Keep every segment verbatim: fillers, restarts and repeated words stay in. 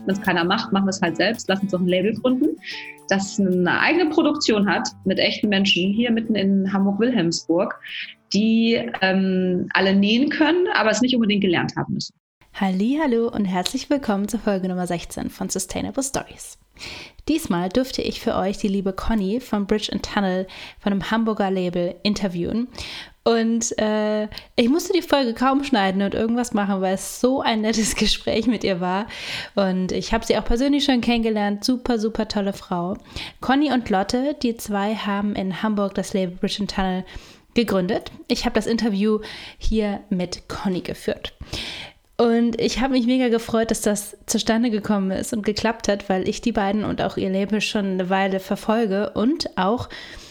wenn es keiner macht, machen wir es halt selbst, lass uns doch ein Label gründen, das eine eigene Produktion hat mit echten Menschen hier mitten in Hamburg-Wilhelmsburg, die ähm, alle nähen können, aber es nicht unbedingt gelernt haben müssen. Hallihallo und herzlich willkommen zur Folge Nummer sechzehn von Sustainable Stories. Diesmal durfte ich für euch die liebe Conny von Bridge and Tunnel von einem Hamburger Label interviewen. Und äh, ich musste die Folge kaum schneiden und irgendwas machen, weil es so ein nettes Gespräch mit ihr war. Und ich habe sie auch persönlich schon kennengelernt. Super, super tolle Frau. Conny und Lotte, die zwei haben in Hamburg das Label Bridge and Tunnel gegründet. Ich habe das Interview hier mit Conny geführt. Und ich habe mich mega gefreut, dass das zustande gekommen ist und geklappt hat, weil ich die beiden und auch ihr Label schon eine Weile verfolge und auch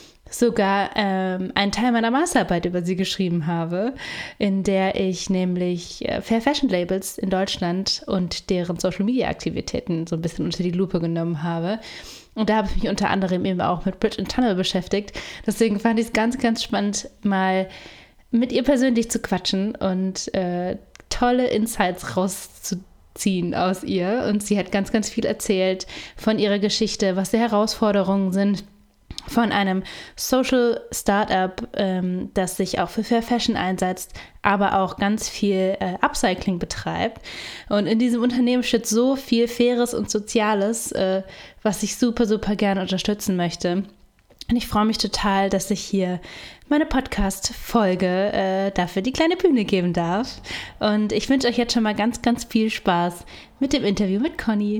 sogar ähm, einen Teil meiner Masterarbeit über sie geschrieben habe, in der ich nämlich äh, Fair Fashion Labels in Deutschland und deren Social Media Aktivitäten so ein bisschen unter die Lupe genommen habe. Und da habe ich mich unter anderem eben auch mit Bridge and Tunnel beschäftigt. Deswegen fand ich es ganz, ganz spannend, mal mit ihr persönlich zu quatschen und äh, tolle Insights rauszuziehen aus ihr. Und sie hat ganz, ganz viel erzählt von ihrer Geschichte, was die Herausforderungen sind von einem Social Startup, ähm, das sich auch für Fair Fashion einsetzt, aber auch ganz viel äh, Upcycling betreibt. Und in diesem Unternehmen steht so viel Faires und Soziales, äh, was ich super, super gerne unterstützen möchte. Und ich freue mich total, dass ich hier meine Podcast-Folge äh, dafür die kleine Bühne geben darf. Und ich wünsche euch jetzt schon mal ganz, ganz viel Spaß mit dem Interview mit Conny.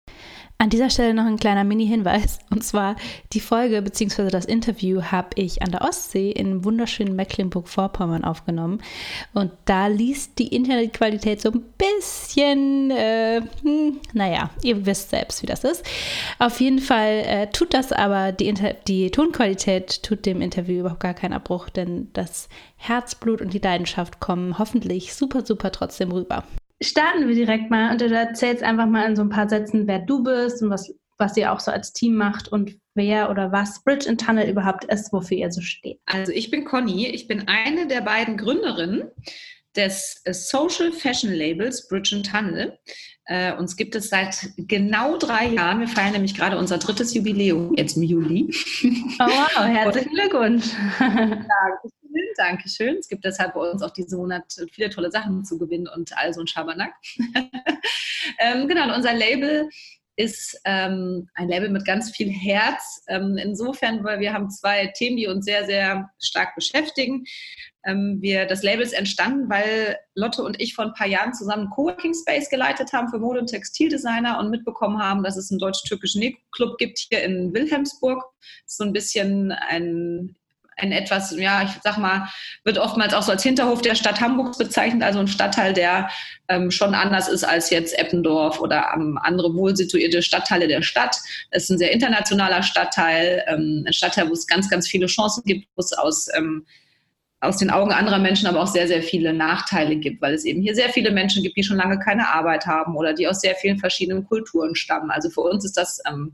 An dieser Stelle noch ein kleiner Mini-Hinweis, und zwar die Folge bzw. das Interview habe ich an der Ostsee in wunderschönen Mecklenburg-Vorpommern aufgenommen und da liest die Internetqualität so ein bisschen, äh, hm, naja, ihr wisst selbst, wie das ist. Auf jeden Fall äh, tut das aber, die, Inter- die Tonqualität tut dem Interview überhaupt gar keinen Abbruch, denn das Herzblut und die Leidenschaft kommen hoffentlich super, super trotzdem rüber. Starten wir direkt mal und du erzählst einfach mal in so ein paar Sätzen, wer du bist und was, was ihr auch so als Team macht und wer oder was Bridge and Tunnel überhaupt ist, wofür ihr so steht. Also ich bin Conny, ich bin eine der beiden Gründerinnen des Social Fashion Labels Bridge and Tunnel. Äh, uns gibt es seit genau drei Jahren. Wir feiern nämlich gerade unser drittes Jubiläum, jetzt im Juli. Oh wow, herzlichen Glückwunsch. Dankeschön, Dankeschön. Es gibt deshalb bei uns auch diesen Monat viele tolle Sachen zu gewinnen und all so ein Schabernack. ähm, genau, und unser Label ist ähm, ein Label mit ganz viel Herz. Ähm, insofern, weil wir haben zwei Themen, die uns sehr, sehr stark beschäftigen. Ähm, wir, das Label ist entstanden, weil Lotte und ich vor ein paar Jahren zusammen einen Coworking Space geleitet haben für Mode- und Textildesigner und mitbekommen haben, dass es einen deutsch-türkischen Nähclub gibt hier in Wilhelmsburg. Das ist so ein bisschen ein ein etwas, ja, ich sag mal, wird oftmals auch so als Hinterhof der Stadt Hamburgs bezeichnet, also ein Stadtteil, der ähm, schon anders ist als jetzt Eppendorf oder ähm, andere wohlsituierte Stadtteile der Stadt. Es ist ein sehr internationaler Stadtteil, ähm, ein Stadtteil, wo es ganz, ganz viele Chancen gibt, wo es aus, ähm, aus den Augen anderer Menschen aber auch sehr, sehr viele Nachteile gibt, weil es eben hier sehr viele Menschen gibt, die schon lange keine Arbeit haben oder die aus sehr vielen verschiedenen Kulturen stammen. Also für uns ist das ähm,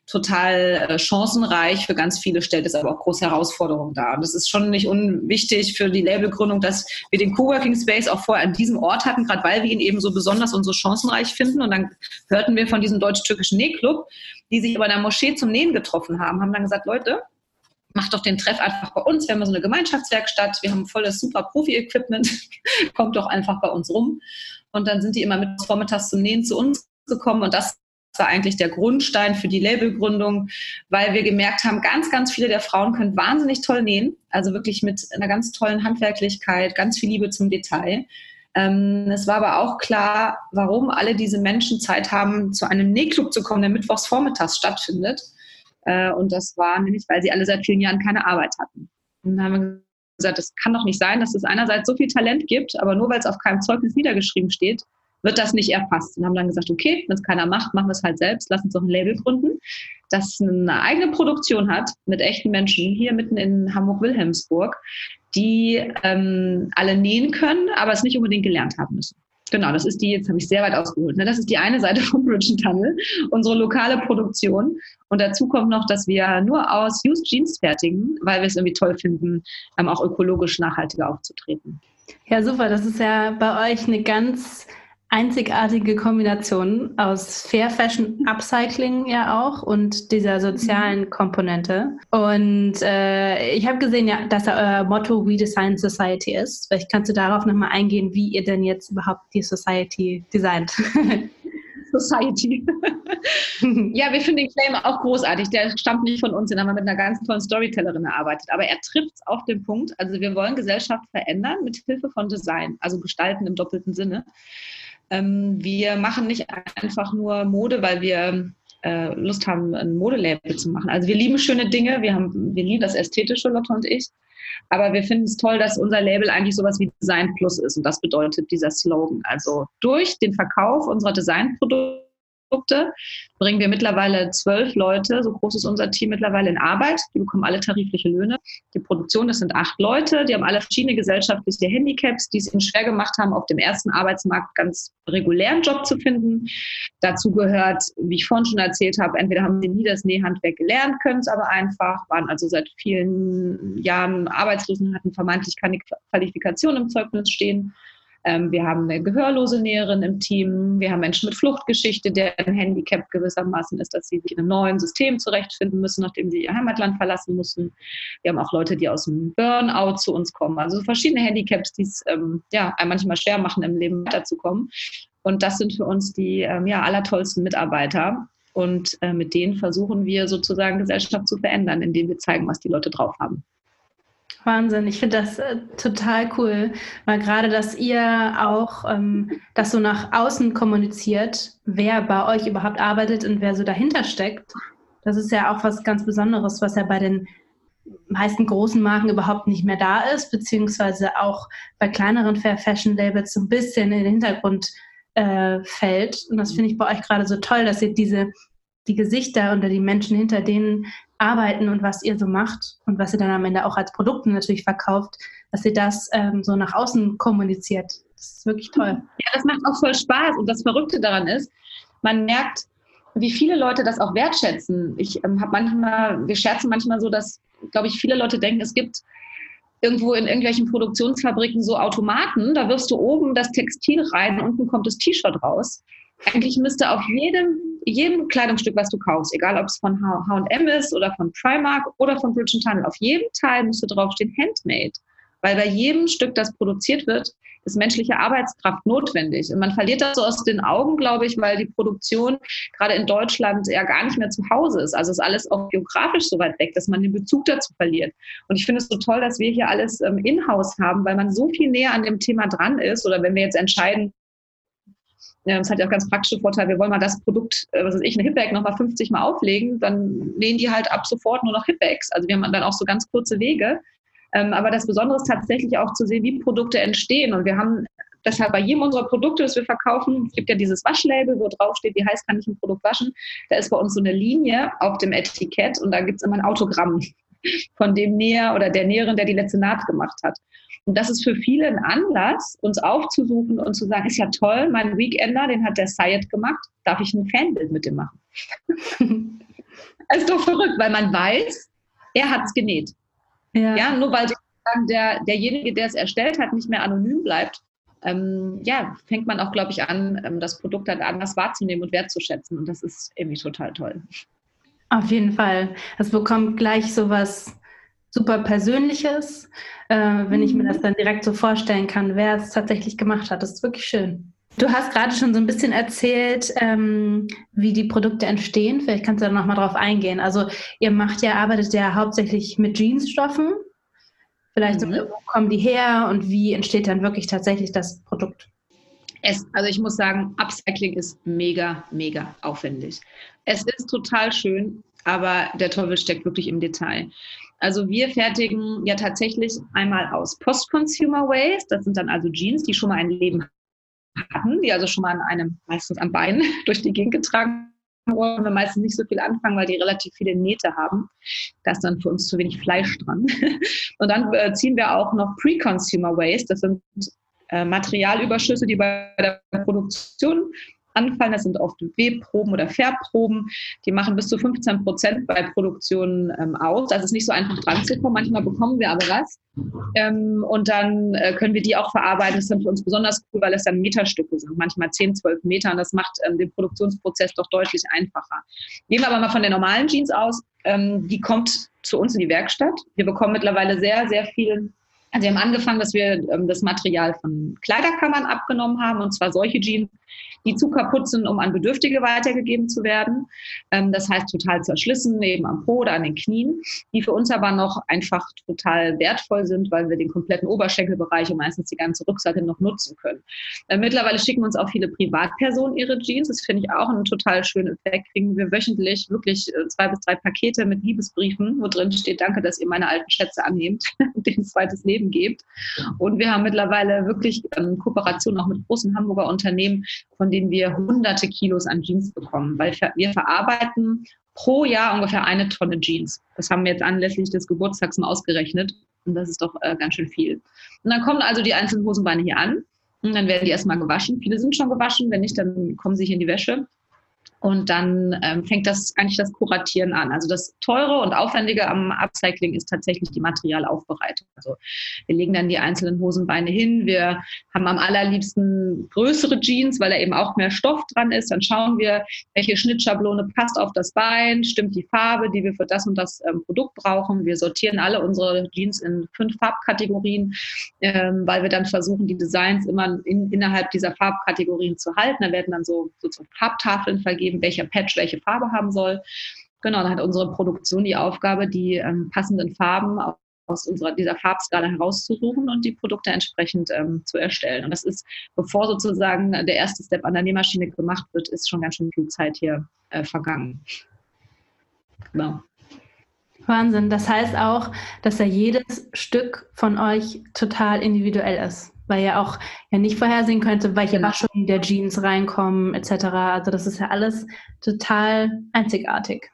total äh, chancenreich, für ganz viele stellt es aber auch große Herausforderungen dar. Und das ist schon nicht unwichtig für die Labelgründung, dass wir den Coworking Space auch vorher an diesem Ort hatten, gerade weil wir ihn eben so besonders und so chancenreich finden. Und dann hörten wir von diesem deutsch-türkischen Nähclub, die sich aber in der Moschee zum Nähen getroffen haben, haben dann gesagt, Leute, macht doch den Treff einfach bei uns. Wir haben so eine Gemeinschaftswerkstatt, wir haben volles super Profi-Equipment, kommt doch einfach bei uns rum. Und dann sind die immer mit vormittags zum Nähen zu uns gekommen und das war eigentlich der Grundstein für die Labelgründung, weil wir gemerkt haben, ganz, ganz viele der Frauen können wahnsinnig toll nähen, also wirklich mit einer ganz tollen Handwerklichkeit, ganz viel Liebe zum Detail. Ähm, es war aber auch klar, warum alle diese Menschen Zeit haben, zu einem Nähclub zu kommen, der mittwochs vormittags stattfindet. Äh, und das war nämlich, weil sie alle seit vielen Jahren keine Arbeit hatten. Und dann haben wir gesagt, es kann doch nicht sein, dass es einerseits so viel Talent gibt, aber nur weil es auf keinem Zeugnis niedergeschrieben steht, wird das nicht erfasst. Und haben dann gesagt, okay, wenn es keiner macht, machen wir es halt selbst, lass uns doch ein Label gründen, das eine eigene Produktion hat mit echten Menschen hier mitten in Hamburg-Wilhelmsburg, die ähm, alle nähen können, aber es nicht unbedingt gelernt haben müssen. Genau, das ist die, jetzt habe ich sehr weit ausgeholt, ne? Das ist die eine Seite von Bridge and Tunnel, unsere lokale Produktion. Und dazu kommt noch, dass wir nur aus Used Jeans fertigen, weil wir es irgendwie toll finden, ähm, auch ökologisch nachhaltiger aufzutreten. Ja, super. Das ist ja bei euch eine ganz einzigartige Kombination aus Fair Fashion Upcycling ja auch und dieser sozialen Komponente. Und äh, ich habe gesehen, ja, dass euer Motto We Design Society ist. Vielleicht kannst du darauf nochmal eingehen, wie ihr denn jetzt überhaupt die Society designt. Society. Ja, wir finden den Claim auch großartig. Der stammt nicht von uns, den haben wir mit einer ganz tollen Storytellerin erarbeitet. Aber er trifft es auf den Punkt. Also wir wollen Gesellschaft verändern mit Hilfe von Design, also gestalten im doppelten Sinne. Ähm, wir machen nicht einfach nur Mode, weil wir äh, Lust haben, ein Modelabel zu machen. Also wir lieben schöne Dinge, wir, haben, wir lieben das Ästhetische, Lotte und ich. Aber wir finden es toll, dass unser Label eigentlich sowas wie Design Plus ist. Und das bedeutet dieser Slogan. Also durch den Verkauf unserer Designprodukte bringen wir mittlerweile zwölf Leute, so groß ist unser Team mittlerweile, in Arbeit. Die bekommen alle tarifliche Löhne. Die Produktion, das sind acht Leute, die haben alle verschiedene gesellschaftliche Handicaps, die es ihnen schwer gemacht haben, auf dem ersten Arbeitsmarkt ganz regulären Job zu finden. Dazu gehört, wie ich vorhin schon erzählt habe, entweder haben sie nie das Nähhandwerk gelernt, können es aber einfach, waren also seit vielen Jahren arbeitslos und hatten vermeintlich keine Qualifikation im Zeugnis stehen. Wir haben eine gehörlose Näherin im Team. Wir haben Menschen mit Fluchtgeschichte, deren Handicap gewissermaßen ist, dass sie sich in einem neuen System zurechtfinden müssen, nachdem sie ihr Heimatland verlassen mussten. Wir haben auch Leute, die aus dem Burnout zu uns kommen. Also verschiedene Handicaps, die es ähm, ja, einem manchmal schwer machen, im Leben weiterzukommen. Und das sind für uns die ähm, ja, allertollsten Mitarbeiter. Und äh, mit denen versuchen wir sozusagen Gesellschaft zu verändern, indem wir zeigen, was die Leute drauf haben. Wahnsinn, ich finde das äh, total cool, weil gerade, dass ihr auch ähm, das so nach außen kommuniziert, wer bei euch überhaupt arbeitet und wer so dahinter steckt, das ist ja auch was ganz Besonderes, was ja bei den meisten großen Marken überhaupt nicht mehr da ist, beziehungsweise auch bei kleineren Fair Fashion Labels so ein bisschen in den Hintergrund äh, fällt. Und das finde ich bei euch gerade so toll, dass ihr diese die Gesichter oder die Menschen hinter denen arbeiten und was ihr so macht und was ihr dann am Ende auch als Produkte natürlich verkauft, dass ihr das ähm, so nach außen kommuniziert. Das ist wirklich toll. Ja, das macht auch voll Spaß. Und das Verrückte daran ist, man merkt, wie viele Leute das auch wertschätzen. Ich ähm, habe manchmal, wir scherzen manchmal so, dass, glaube ich, viele Leute denken, es gibt irgendwo in irgendwelchen Produktionsfabriken so Automaten, da wirfst du oben das Textil rein, unten kommt das T-Shirt raus. Eigentlich müsste auf jedem, jedem Kleidungsstück, was du kaufst, egal ob es von H und M ist oder von Primark oder von Bridge and Tunnel, auf jedem Teil müsste draufstehen Handmade. Weil bei jedem Stück, das produziert wird, ist menschliche Arbeitskraft notwendig. Und man verliert das so aus den Augen, glaube ich, weil die Produktion gerade in Deutschland ja gar nicht mehr zu Hause ist. Also ist alles auch geografisch so weit weg, dass man den Bezug dazu verliert. Und ich finde es so toll, dass wir hier alles ähm, in-house haben, weil man so viel näher an dem Thema dran ist. Oder wenn wir jetzt entscheiden, ja, das hat ja auch ganz praktische Vorteile, wir wollen mal das Produkt, was weiß ich, eine Hip-Bag nochmal fünfzig Mal auflegen, dann nähen die halt ab sofort nur noch Hip-Bags. Also wir haben dann auch so ganz kurze Wege. Ähm, aber das Besondere ist tatsächlich auch zu sehen, wie Produkte entstehen. Und wir haben deshalb bei jedem unserer Produkte, das wir verkaufen, es gibt ja dieses Waschlabel, wo drauf steht, wie heiß kann ich ein Produkt waschen. Da ist bei uns so eine Linie auf dem Etikett und da gibt es immer ein Autogramm von dem Näher oder der Näherin, der die letzte Naht gemacht hat. Und das ist für viele ein Anlass, uns aufzusuchen und zu sagen, ist ja toll, mein Weekender, den hat der Syed gemacht, darf ich ein Fanbild mit dem machen? Das ist doch verrückt, weil man weiß, er hat es genäht. Ja. Ja, nur weil sozusagen der, derjenige, der es erstellt hat, nicht mehr anonym bleibt, ähm, ja, fängt man auch, glaube ich, an, ähm, das Produkt dann anders wahrzunehmen und wertzuschätzen. Und das ist irgendwie total toll. Auf jeden Fall. Es bekommt gleich so was super Persönliches, äh, wenn ich mir das dann direkt so vorstellen kann, wer es tatsächlich gemacht hat. Das ist wirklich schön. Du hast gerade schon so ein bisschen erzählt, ähm, wie die Produkte entstehen. Vielleicht kannst du da nochmal drauf eingehen. Also ihr macht ja, arbeitet ja hauptsächlich mit Jeansstoffen. Vielleicht mhm. so, wo kommen die her und wie entsteht dann wirklich tatsächlich das Produkt? Es, also ich muss sagen, Upcycling ist mega, mega aufwendig. Es ist total schön, aber der Teufel steckt wirklich im Detail. Also wir fertigen ja tatsächlich einmal aus Post-Consumer Waste. Das sind dann also Jeans, die schon mal ein Leben hatten, die also schon mal an einem, meistens am Bein, durch die Gegend getragen wurden. Wir meistens nicht so viel anfangen, weil die relativ viele Nähte haben. Da ist dann für uns zu wenig Fleisch dran. Und dann äh, ziehen wir auch noch Pre-Consumer Waste. Das sind äh, Materialüberschüsse, die bei der Produktion anfallen. Das sind oft Webproben oder Färbproben. Die machen bis zu fünfzehn Prozent bei Produktionen ähm, aus. Das ist nicht so einfach dran zu kommen. Manchmal bekommen wir aber was. Ähm, und dann äh, können wir die auch verarbeiten. Das ist dann für uns besonders cool, weil es dann Meterstücke sind, manchmal zehn, zwölf Meter. Und das macht ähm, den Produktionsprozess doch deutlich einfacher. Gehen wir aber mal von der normalen Jeans aus. Ähm, die kommt zu uns in die Werkstatt. Wir bekommen mittlerweile sehr, sehr viel. Also wir haben angefangen, dass wir ähm, das Material von Kleiderkammern abgenommen haben, und zwar solche Jeans, die zu kaputt sind, um an Bedürftige weitergegeben zu werden. Ähm, das heißt total zerschlissen, eben am Po oder an den Knien, die für uns aber noch einfach total wertvoll sind, weil wir den kompletten Oberschenkelbereich und meistens die ganze Rückseite noch nutzen können. Äh, mittlerweile schicken uns auch viele Privatpersonen ihre Jeans. Das finde ich auch einen total schönen Effekt. Kriegen wir wöchentlich wirklich äh, zwei bis drei Pakete mit Liebesbriefen, wo drin steht: Danke, dass ihr meine alten Schätze annehmt und denen ein zweites Leben gebt. Und wir haben mittlerweile wirklich ähm, Kooperationen auch mit großen Hamburger Unternehmen, von denen wir hunderte Kilos an Jeans bekommen, weil wir verarbeiten pro Jahr ungefähr eine Tonne Jeans. Das haben wir jetzt anlässlich des Geburtstags mal ausgerechnet, und das ist doch äh, ganz schön viel. Und dann kommen also die einzelnen Hosenbeine hier an und dann werden die erstmal gewaschen. Viele sind schon gewaschen, wenn nicht, dann kommen sie hier in die Wäsche. Und dann ähm, fängt das eigentlich das Kuratieren an. Also das Teure und Aufwendige am Upcycling ist tatsächlich die Materialaufbereitung. Also wir legen dann die einzelnen Hosenbeine hin. Wir haben am allerliebsten größere Jeans, weil da eben auch mehr Stoff dran ist. Dann schauen wir, welche Schnittschablone passt auf das Bein, stimmt die Farbe, die wir für das und das ähm, Produkt brauchen. Wir sortieren alle unsere Jeans in fünf Farbkategorien, ähm, weil wir dann versuchen, die Designs immer in, innerhalb dieser Farbkategorien zu halten. Da werden dann so, so, so Farbtafeln vergeben, welcher Patch welche Farbe haben soll. Genau, dann hat unsere Produktion die Aufgabe, die ähm, passenden Farben aus unserer, dieser Farbskala herauszusuchen und die Produkte entsprechend ähm, zu erstellen. Und das ist, bevor sozusagen der erste Step an der Nähmaschine gemacht wird, ist schon ganz schön viel Zeit hier äh, vergangen. Genau. Wahnsinn. Das heißt auch, dass ja jedes Stück von euch total individuell ist, weil ihr auch ja nicht vorhersehen könnte, welche Genau. Waschungen der Jeans reinkommen et cetera. Also das ist ja alles total einzigartig.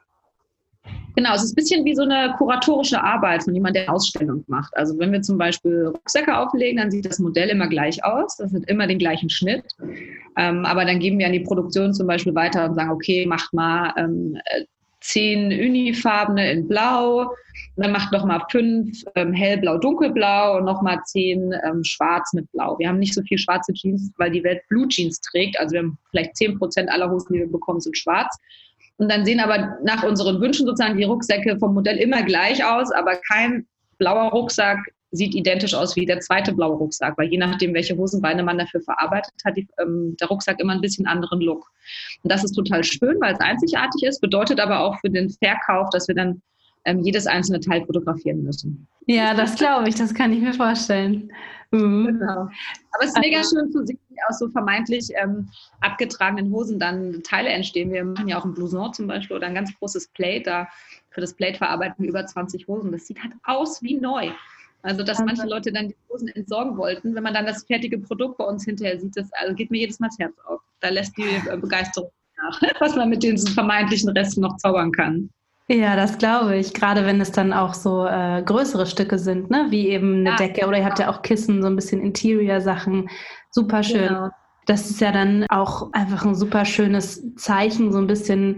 Genau, es ist ein bisschen wie so eine kuratorische Arbeit von jemandem, der eine Ausstellung macht. Also wenn wir zum Beispiel Rucksäcke auflegen, dann sieht das Modell immer gleich aus. Das hat immer den gleichen Schnitt. Ähm, aber dann geben wir an die Produktion zum Beispiel weiter und sagen, okay, macht mal ähm, zehn Unifarbene in Blau, dann macht noch mal fünf ähm, hellblau, dunkelblau und noch mal zehn ähm, schwarz mit Blau. Wir haben nicht so viel schwarze Jeans, weil die Welt Blue Jeans trägt. Also wir haben vielleicht zehn Prozent aller Hosen, die wir bekommen, sind schwarz. Und dann sehen aber nach unseren Wünschen sozusagen die Rucksäcke vom Modell immer gleich aus, aber kein blauer Rucksack sieht identisch aus wie der zweite blaue Rucksack, weil je nachdem, welche Hosenbeine man dafür verarbeitet hat, die, ähm, der Rucksack immer ein bisschen anderen Look. Und das ist total schön, weil es einzigartig ist, bedeutet aber auch für den Verkauf, dass wir dann ähm, jedes einzelne Teil fotografieren müssen. Ja, das glaube ich, das kann ich mir vorstellen. Mhm. Genau. Aber es ist mega schön zu sehen, wie aus so vermeintlich ähm, abgetragenen Hosen dann Teile entstehen. Wir machen ja auch ein Blouson zum Beispiel oder ein ganz großes Plate. Da für das Plate verarbeiten wir über zwanzig Hosen. Das sieht halt aus wie neu. Also, dass manche Leute dann die Hosen entsorgen wollten. Wenn man dann das fertige Produkt bei uns hinterher sieht, das also geht mir jedes Mal das Herz auf. Da lässt die äh, Begeisterung nach, was man mit den vermeintlichen Resten noch zaubern kann. Ja, das glaube ich. Gerade wenn es dann auch so äh, größere Stücke sind, ne? Wie eben eine ja, Decke oder ihr habt ja auch Kissen, so ein bisschen Interior-Sachen. Super schön. Genau. Das ist ja dann auch einfach ein super schönes Zeichen, so ein bisschen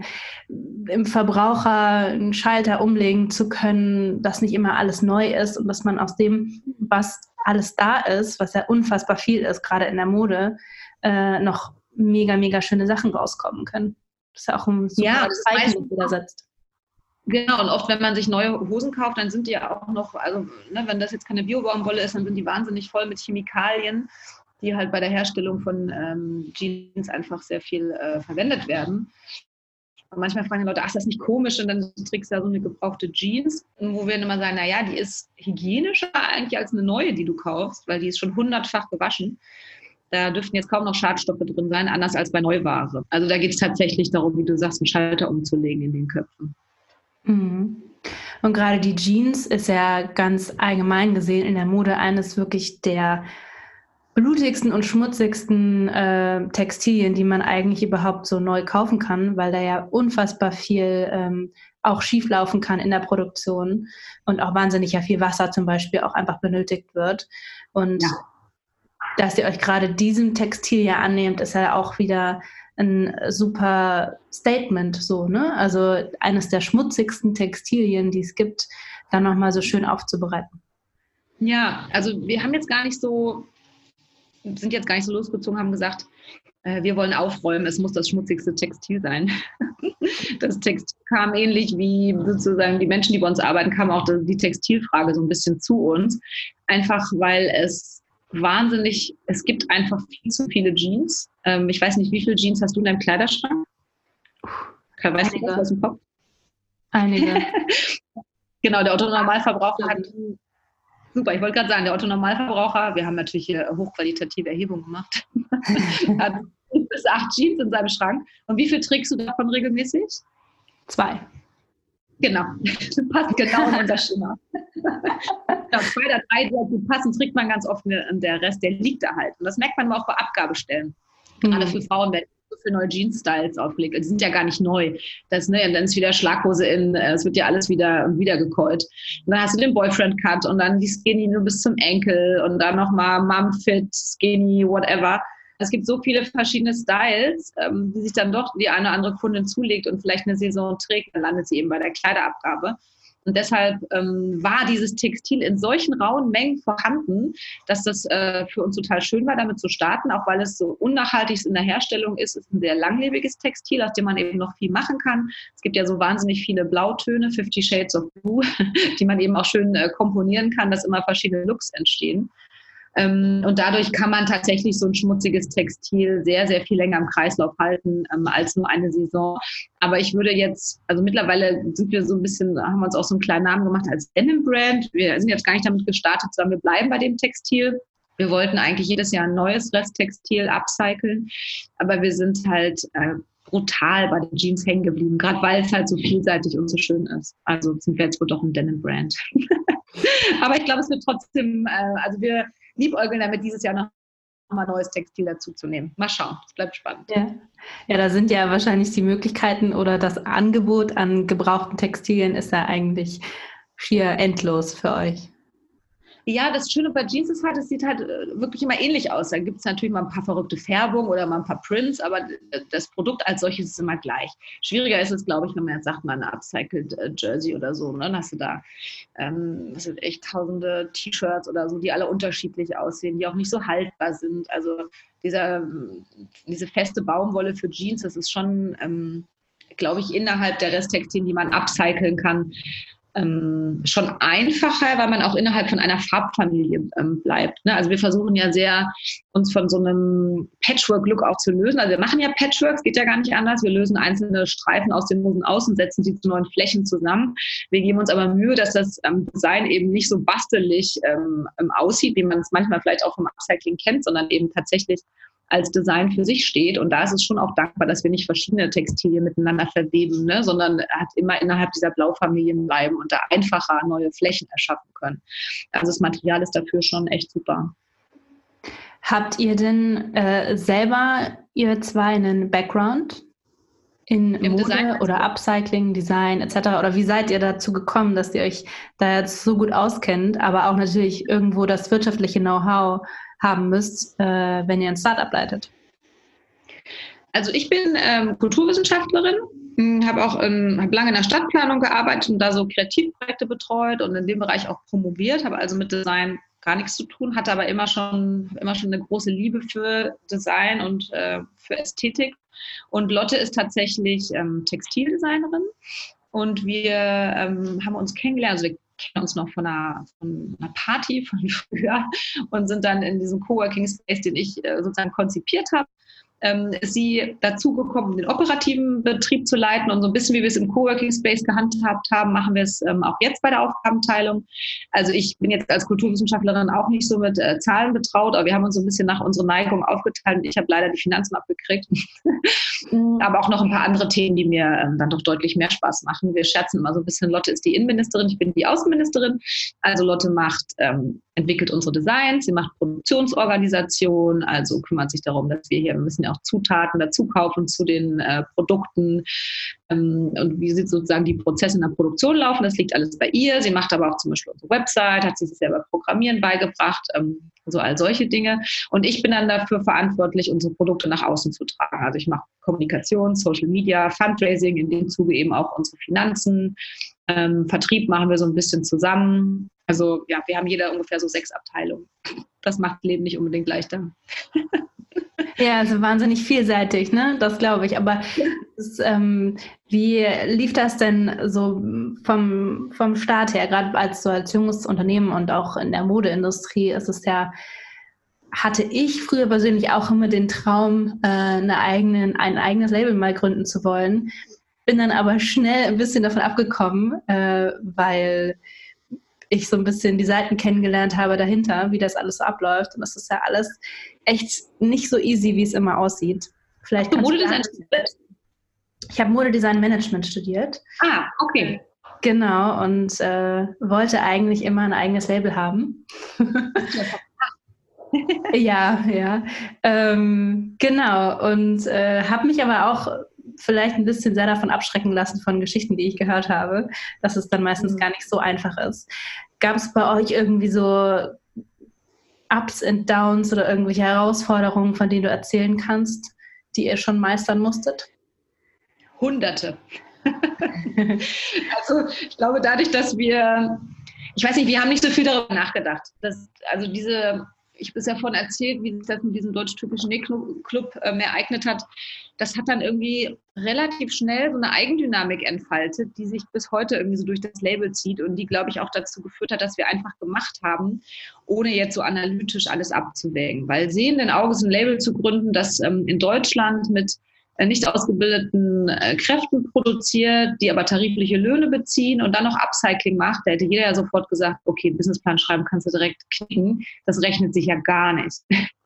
im Verbraucher einen Schalter umlegen zu können, dass nicht immer alles neu ist und dass man aus dem, was alles da ist, was ja unfassbar viel ist, gerade in der Mode, äh, noch mega, mega schöne Sachen rauskommen können. Das ist ja auch ein super ja, Zeichen, das ihr da setzt. Genau, und oft, wenn man sich neue Hosen kauft, dann sind die ja auch noch, also ne, wenn das jetzt keine Bio-Baumwolle ist, dann sind die wahnsinnig voll mit Chemikalien, die halt bei der Herstellung von ähm, Jeans einfach sehr viel äh, verwendet werden. Und manchmal fragen die Leute, ach, ist das nicht komisch? Und dann trägst du ja so eine gebrauchte Jeans, wo wir immer sagen, naja, die ist hygienischer eigentlich als eine neue, die du kaufst, weil die ist schon hundertfach gewaschen. Da dürften jetzt kaum noch Schadstoffe drin sein, anders als bei Neuware. Also da geht es tatsächlich darum, wie du sagst, einen Schalter umzulegen in den Köpfen. Mhm. Und gerade die Jeans ist ja ganz allgemein gesehen in der Mode eines wirklich der blutigsten und schmutzigsten äh, Textilien, die man eigentlich überhaupt so neu kaufen kann, weil da ja unfassbar viel ähm, auch schieflaufen kann in der Produktion und auch wahnsinnig ja viel Wasser zum Beispiel auch einfach benötigt wird. Und ja. dass ihr euch gerade diesem Textil ja annehmt, ist ja auch wieder ein super Statement, so, ne? Also eines der schmutzigsten Textilien, die es gibt, dann nochmal so schön aufzubereiten. Ja, also wir haben jetzt gar nicht so, sind jetzt gar nicht so losgezogen, haben gesagt, äh, wir wollen aufräumen, es muss das schmutzigste Textil sein. Das Textil kam ähnlich wie sozusagen die Menschen, die bei uns arbeiten, kam auch die Textilfrage so ein bisschen zu uns. Einfach weil es wahnsinnig, es gibt einfach viel zu viele Jeans. Ähm, ich weiß nicht, wie viele Jeans hast du in deinem Kleiderschrank? Weißt du das aus dem Kopf? Einige. Genau, der Otto-Normalverbraucher hat, super, ich wollte gerade sagen, der Otto-Normalverbraucher, wir haben natürlich hier hochqualitative Erhebungen gemacht, hat bis acht Jeans in seinem Schrank. Und wie viel trägst du davon regelmäßig? Zwei. Genau, das passt genau in unser Schema. Genau, zwei oder drei, die passen, trägt man ganz oft, und der Rest, der liegt da halt. Und das merkt man auch bei Abgabestellen. Mhm. Gerade für Frauen werden für neue Jeans-Styles aufgelegt. Die sind ja gar nicht neu. Das, ne, dann ist wieder Schlaghose in, es wird ja alles wieder, wieder gekäut. Und dann hast du den Boyfriend-Cut und dann die Skinny nur bis zum Enkel und dann nochmal Mom-Fit, Skinny, whatever. Es gibt so viele verschiedene Styles, ähm, die sich dann doch die eine oder andere Kundin zulegt und vielleicht eine Saison trägt, dann landet sie eben bei der Kleiderabgabe. Und deshalb ähm, war dieses Textil in solchen rauen Mengen vorhanden, dass das äh, für uns total schön war, damit zu starten, auch weil es so unnachhaltig in der Herstellung ist. Es ist ein sehr langlebiges Textil, aus dem man eben noch viel machen kann. Es gibt ja so wahnsinnig viele Blautöne, Fifty Shades of Blue, die man eben auch schön äh, komponieren kann, dass immer verschiedene Looks entstehen. Ähm, und dadurch kann man tatsächlich so ein schmutziges Textil sehr, sehr viel länger im Kreislauf halten ähm, als nur eine Saison. Aber ich würde jetzt, also mittlerweile sind wir so ein bisschen, haben wir uns auch so einen kleinen Namen gemacht als Denim-Brand. Wir sind jetzt gar nicht damit gestartet, sondern wir bleiben bei dem Textil. Wir wollten eigentlich jedes Jahr ein neues Resttextil upcyclen, aber wir sind halt äh, brutal bei den Jeans hängen geblieben, gerade weil es halt so vielseitig und so schön ist. Also sind wir jetzt wohl doch ein Denim-Brand. Aber ich glaube, es wird trotzdem, äh, also wir liebäugeln damit, dieses Jahr noch mal neues Textil dazu zu nehmen. Mal schauen, es bleibt spannend. Ja. Ja, da sind ja wahrscheinlich die Möglichkeiten oder das Angebot an gebrauchten Textilien ist ja eigentlich schier endlos für euch. Ja, das Schöne bei Jeans ist halt, es sieht halt wirklich immer ähnlich aus. Da gibt es natürlich mal ein paar verrückte Färbungen oder mal ein paar Prints, aber das Produkt als solches ist immer gleich. Schwieriger ist es, glaube ich, wenn man jetzt sagt, mal eine upcycled Jersey oder so. Ne? Dann hast du da ähm, das sind echt tausende T-Shirts oder so, die alle unterschiedlich aussehen, die auch nicht so haltbar sind. Also dieser, diese feste Baumwolle für Jeans, das ist schon, ähm, glaube ich, innerhalb der Resttextilien, die man upcyclen kann, Ähm, schon einfacher, weil man auch innerhalb von einer Farbfamilie ähm, bleibt. Ne? Also wir versuchen ja sehr, uns von so einem Patchwork-Look auch zu lösen. Also wir machen ja Patchworks, geht ja gar nicht anders. Wir lösen einzelne Streifen aus den Hosen aus und setzen sie zu neuen Flächen zusammen. Wir geben uns aber Mühe, dass das ähm, Design eben nicht so bastelig ähm, aussieht, wie man es manchmal vielleicht auch vom Upcycling kennt, sondern eben tatsächlich als Design für sich steht. Und da ist es schon auch dankbar, dass wir nicht verschiedene Textilien miteinander verweben, ne, sondern halt immer innerhalb dieser Blaufamilien bleiben und da einfacher neue Flächen erschaffen können. Also das Material ist dafür schon echt super. Habt ihr denn äh, selber, ihr zwei, einen Background in Im Mode Design oder Upcycling, Design et cetera? Oder wie seid ihr dazu gekommen, dass ihr euch da jetzt so gut auskennt, aber auch natürlich irgendwo das wirtschaftliche Know-how haben müsst, äh, wenn ihr ein Startup leitet? Also ich bin ähm, Kulturwissenschaftlerin, habe auch in, hab lange in der Stadtplanung gearbeitet und da so Kreativprojekte betreut und in dem Bereich auch promoviert, habe also mit Design gar nichts zu tun, hatte aber immer schon, immer schon eine große Liebe für Design und äh, für Ästhetik. Und Lotte ist tatsächlich ähm, Textildesignerin und wir ähm, haben uns kennengelernt, also wir kennen uns noch von einer, von einer Party von früher und sind dann in diesem Coworking Space, den ich äh, sozusagen konzipiert habe, ähm, ist sie dazugekommen, den operativen Betrieb zu leiten und so ein bisschen, wie wir es im Coworking Space gehandhabt haben, machen wir es ähm, auch jetzt bei der Aufgabenteilung. Also ich bin jetzt als Kulturwissenschaftlerin auch nicht so mit äh, Zahlen betraut, aber wir haben uns so ein bisschen nach unserer Neigung aufgeteilt und ich habe leider die Finanzen abgekriegt. Aber auch noch ein paar andere Themen, die mir ähm, dann doch deutlich mehr Spaß machen. Wir scherzen immer so ein bisschen, Lotte ist die Innenministerin, ich bin die Außenministerin. Also Lotte macht ähm, entwickelt unsere Designs, sie macht Produktionsorganisation, also kümmert sich darum, dass wir hier, wir müssen ja auch Zutaten dazu kaufen zu den äh, Produkten ähm, und wie sie sozusagen die Prozesse in der Produktion laufen, das liegt alles bei ihr. Sie macht aber auch zum Beispiel unsere Website, hat sie sich selber Programmieren beigebracht, ähm, so all solche Dinge. Und ich bin dann dafür verantwortlich, unsere Produkte nach außen zu tragen. Also ich mache Kommunikation, Social Media, Fundraising, in dem Zuge eben auch unsere Finanzen, ähm, Vertrieb machen wir so ein bisschen zusammen. Also ja, wir haben jeder ungefähr so sechs Abteilungen. Das macht das Leben nicht unbedingt leichter. Ja, also wahnsinnig vielseitig, ne? Das glaube ich. Aber das, ähm, wie lief das denn so vom, vom Start her? Gerade als so als junges Unternehmen und auch in der Modeindustrie ist es ja, hatte ich früher persönlich auch immer den Traum, äh, eine eigenen, ein eigenes Label mal gründen zu wollen. Bin dann aber schnell ein bisschen davon abgekommen, äh, weil ich so ein bisschen die Seiten kennengelernt habe dahinter, wie das alles so abläuft. Und das ist ja alles echt nicht so easy, wie es immer aussieht. Vielleicht kannst du Modedesign studiert? Ich habe Modedesign Management studiert. Ah, okay. Genau, und äh, wollte eigentlich immer ein eigenes Label haben. ja, ja. Ähm, genau, und äh, habe mich aber auch vielleicht ein bisschen sehr davon abschrecken lassen von Geschichten, die ich gehört habe, dass es dann meistens mhm. gar nicht so einfach ist. Gab es bei euch irgendwie so Ups und Downs oder irgendwelche Herausforderungen, von denen du erzählen kannst, die ihr schon meistern musstet? Hunderte. Also ich glaube, dadurch, dass wir, ich weiß nicht, wir haben nicht so viel darüber nachgedacht. Dass, also diese, ich habe es ja vorhin erzählt, wie sich das mit diesem deutsch-türkischen Nähclub ähm, ereignet hat. Das hat dann irgendwie relativ schnell so eine Eigendynamik entfaltet, die sich bis heute irgendwie so durch das Label zieht und die, glaube ich, auch dazu geführt hat, dass wir einfach gemacht haben, ohne jetzt so analytisch alles abzuwägen. Weil sehenden Auges ein Label zu gründen, das ähm, in Deutschland mit äh, nicht ausgebildeten äh, Kräften produziert, die aber tarifliche Löhne beziehen und dann noch Upcycling macht, da hätte jeder ja sofort gesagt, okay, Businessplan schreiben kannst du direkt knicken. Das rechnet sich ja gar nicht.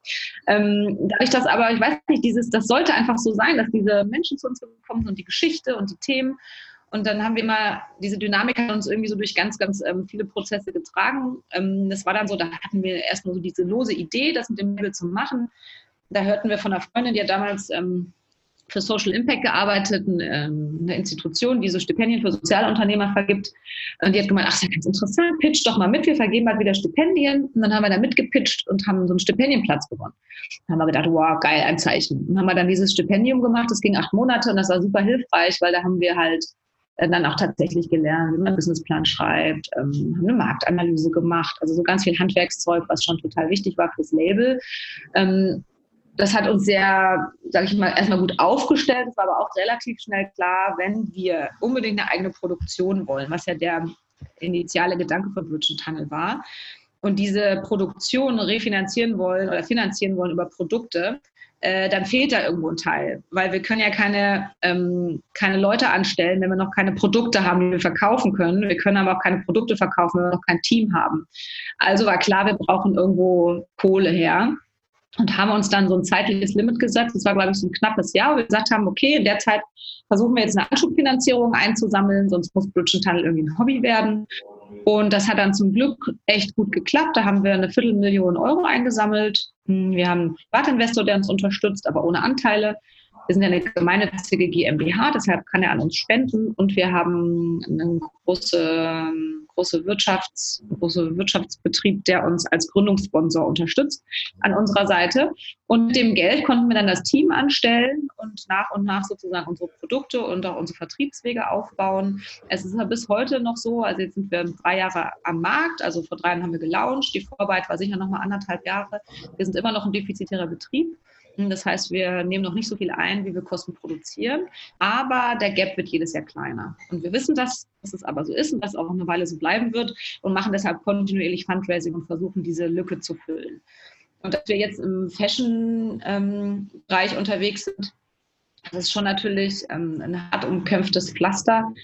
Ähm, dadurch, dass aber, ich weiß nicht, dieses, das sollte einfach so sein, dass diese Menschen zu uns gekommen sind und die Geschichte und die Themen. Und dann haben wir immer, diese Dynamik hat uns irgendwie so durch ganz, ganz ähm, viele Prozesse getragen. Ähm, das war dann so, da hatten wir erst nur so diese lose Idee, das mit dem Label zu machen. Da hörten wir von einer Freundin, die hat damals ähm, für Social Impact gearbeitet, eine Institution, die so Stipendien für Sozialunternehmer vergibt. Und die hat gemeint, ach, das ist ja ganz interessant, pitch doch mal mit, wir vergeben halt wieder Stipendien. Und dann haben wir da mitgepitcht und haben so einen Stipendienplatz gewonnen. Dann haben wir gedacht, wow, geil, ein Zeichen. Und dann haben wir dann dieses Stipendium gemacht, das ging acht Monate und das war super hilfreich, weil da haben wir halt dann auch tatsächlich gelernt, wie man einen Businessplan schreibt, ähm, haben eine Marktanalyse gemacht, also so ganz viel Handwerkszeug, was schon total wichtig war fürs Label. Ähm, Das hat uns sehr, sage ich mal, erstmal gut aufgestellt. Es war aber auch relativ schnell klar, wenn wir unbedingt eine eigene Produktion wollen, was ja der initiale Gedanke von Bridge and Tunnel war, und diese Produktion refinanzieren wollen oder finanzieren wollen über Produkte, äh, dann fehlt da irgendwo ein Teil. Weil wir können ja keine, ähm, keine Leute anstellen, wenn wir noch keine Produkte haben, die wir verkaufen können. Wir können aber auch keine Produkte verkaufen, wenn wir noch kein Team haben. Also war klar, wir brauchen irgendwo Kohle her. Und haben uns dann so ein zeitliches Limit gesetzt. Das war, glaube ich, so ein knappes Jahr, wo wir gesagt haben, okay, in der Zeit versuchen wir jetzt eine Anschubfinanzierung einzusammeln, sonst muss Bridge and Tunnel irgendwie ein Hobby werden. Und das hat dann zum Glück echt gut geklappt. Da haben wir eine Viertelmillion Euro eingesammelt. Wir haben einen Privatinvestor, der uns unterstützt, aber ohne Anteile. Wir sind ja eine gemeinnützige GmbH, deshalb kann er an uns spenden. Und wir haben einen große, große, Wirtschafts-, große Wirtschaftsbetrieb, der uns als Gründungssponsor unterstützt an unserer Seite. Und mit dem Geld konnten wir dann das Team anstellen und nach und nach sozusagen unsere Produkte und auch unsere Vertriebswege aufbauen. Es ist ja bis heute noch so, also jetzt sind wir drei Jahre am Markt, also vor drei Jahren haben wir gelauncht. Die Vorarbeit war sicher noch mal anderthalb Jahre. Wir sind immer noch ein defizitärer Betrieb. Das heißt, wir nehmen noch nicht so viel ein, wie wir Kosten produzieren, aber der Gap wird jedes Jahr kleiner. Und wir wissen, dass, dass es aber so ist und dass es auch eine Weile so bleiben wird und machen deshalb kontinuierlich Fundraising und versuchen, diese Lücke zu füllen. Und dass wir jetzt im Fashion-Bereich ähm, unterwegs sind, das ist schon natürlich ähm, ein hart umkämpftes Pflaster.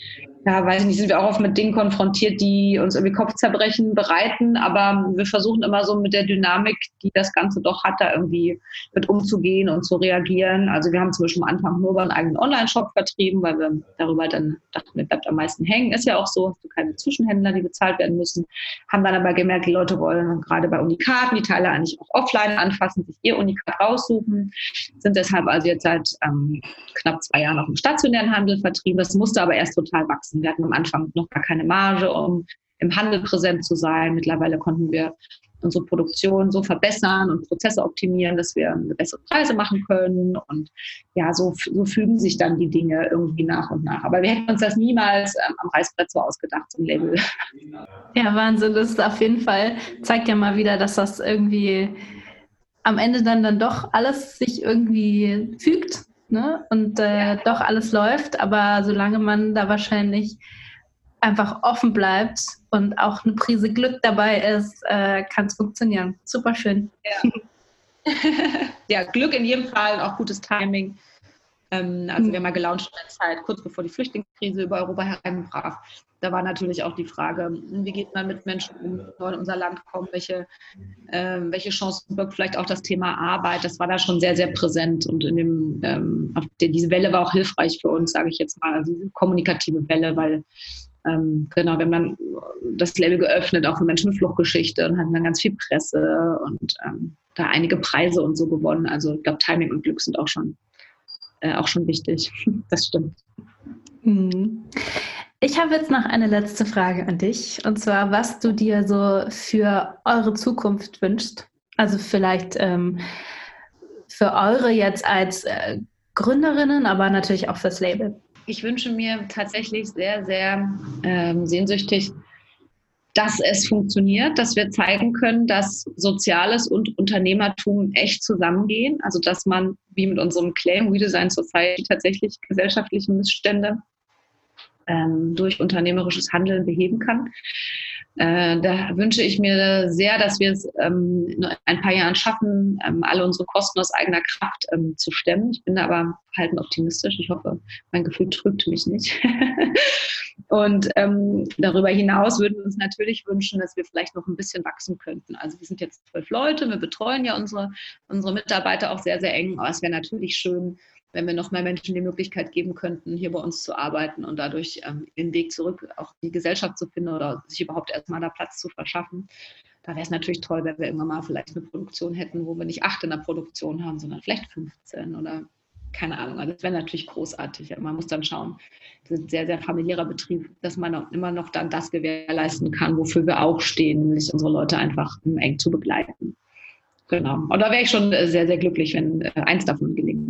ja, weiß ich nicht, sind wir auch oft mit Dingen konfrontiert, die uns irgendwie Kopfzerbrechen bereiten, aber wir versuchen immer so mit der Dynamik, die das Ganze doch hat, da irgendwie mit umzugehen und zu reagieren. Also wir haben zum Beispiel am Anfang nur über einen eigenen Online-Shop vertrieben, weil wir darüber dann dachten, mir bleibt am meisten hängen. Ist ja auch so, hast du keine Zwischenhändler, die bezahlt werden müssen. Haben dann aber gemerkt, die Leute wollen gerade bei Unikaten die Teile eigentlich auch offline anfassen, sich ihr Unikat raussuchen, sind deshalb also jetzt seit ähm, knapp zwei Jahren auch im stationären Handel vertrieben. Das musste aber erst total wachsen. Wir hatten am Anfang noch gar keine Marge, um im Handel präsent zu sein. Mittlerweile konnten wir unsere Produktion so verbessern und Prozesse optimieren, dass wir bessere Preise machen können. Und ja, so, so fügen sich dann die Dinge irgendwie nach und nach. Aber wir hätten uns das niemals ähm, am Reißbrett so ausgedacht, so ein Label. Ja, Wahnsinn. Das ist auf jeden Fall, zeigt ja mal wieder, dass das irgendwie am Ende dann, dann doch alles sich irgendwie fügt. Ne? Und äh, doch alles läuft, aber solange man da wahrscheinlich einfach offen bleibt und auch eine Prise Glück dabei ist, äh, kann es funktionieren. Super schön. Ja. Ja, Glück in jedem Fall, auch gutes Timing. Ähm, also mhm. wir haben mal gelauncht in der Zeit, kurz bevor die Flüchtlingskrise über Europa hereinbrach. Da war natürlich auch die Frage, wie geht man mit Menschen um, die neu in unser Land kommen, welche, äh, welche Chancen birgt vielleicht auch das Thema Arbeit. Das war da schon sehr, sehr präsent und in dem, ähm, diese Welle war auch hilfreich für uns, sage ich jetzt mal, also diese kommunikative Welle, weil ähm, genau, wir haben dann das Label geöffnet, auch für Menschen mit Fluchtgeschichte und hatten dann ganz viel Presse und ähm, da einige Preise und so gewonnen. Also ich glaube, Timing und Glück sind auch schon, äh, auch schon wichtig. Das stimmt. Mhm. Ich habe jetzt noch eine letzte Frage an dich, und zwar, was du dir so für eure Zukunft wünschst. Also vielleicht ähm, für eure jetzt als äh, Gründerinnen, aber natürlich auch fürs Label. Ich wünsche mir tatsächlich sehr, sehr ähm, sehnsüchtig, dass es funktioniert, dass wir zeigen können, dass Soziales und Unternehmertum echt zusammengehen. Also dass man, wie mit unserem Claim Redesign Society, tatsächlich gesellschaftliche Missstände ähm, durch unternehmerisches Handeln beheben kann. Äh, da wünsche ich mir sehr, dass wir es ähm, in ein paar Jahren schaffen, ähm, alle unsere Kosten aus eigener Kraft ähm, zu stemmen. Ich bin da aber verhalten optimistisch. Ich hoffe, mein Gefühl trügt mich nicht. Und ähm, darüber hinaus würden wir uns natürlich wünschen, dass wir vielleicht noch ein bisschen wachsen könnten. Also wir sind jetzt zwölf Leute, wir betreuen ja unsere, unsere Mitarbeiter auch sehr, sehr eng. Aber es wäre natürlich schön, wenn wir noch mehr Menschen die Möglichkeit geben könnten, hier bei uns zu arbeiten und dadurch ähm, den Weg zurück auch in die Gesellschaft zu finden oder sich überhaupt erstmal da Platz zu verschaffen. Da wäre es natürlich toll, wenn wir irgendwann mal vielleicht eine Produktion hätten, wo wir nicht acht in der Produktion haben, sondern vielleicht fünfzehn oder keine Ahnung. Also das wäre natürlich großartig. Aber man muss dann schauen, das ist ein sehr, sehr familiärer Betrieb, dass man auch immer noch dann das gewährleisten kann, wofür wir auch stehen, nämlich unsere Leute einfach eng zu begleiten. Genau. Und da wäre ich schon sehr, sehr glücklich, wenn äh, eins davon gelingt.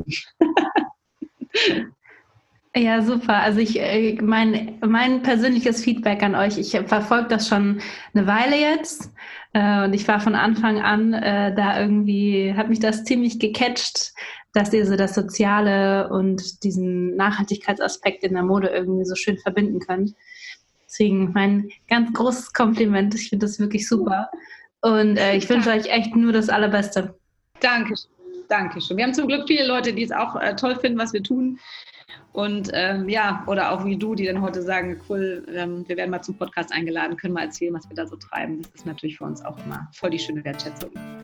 Ja, super. Also ich, mein, mein persönliches Feedback an euch, ich verfolge das schon eine Weile jetzt äh, und ich war von Anfang an äh, da irgendwie, hat mich das ziemlich gecatcht, dass ihr so das Soziale und diesen Nachhaltigkeitsaspekt in der Mode irgendwie so schön verbinden könnt. Deswegen mein ganz großes Kompliment. Ich finde das wirklich super. Und äh, ich wünsche euch echt nur das Allerbeste. Dankeschön. Dankeschön. Wir haben zum Glück viele Leute, die es auch äh, toll finden, was wir tun. Und ähm, ja, oder auch wie du, die dann heute sagen, cool, ähm, wir werden mal zum Podcast eingeladen, können mal erzählen, was wir da so treiben. Das ist natürlich für uns auch immer voll die schöne Wertschätzung.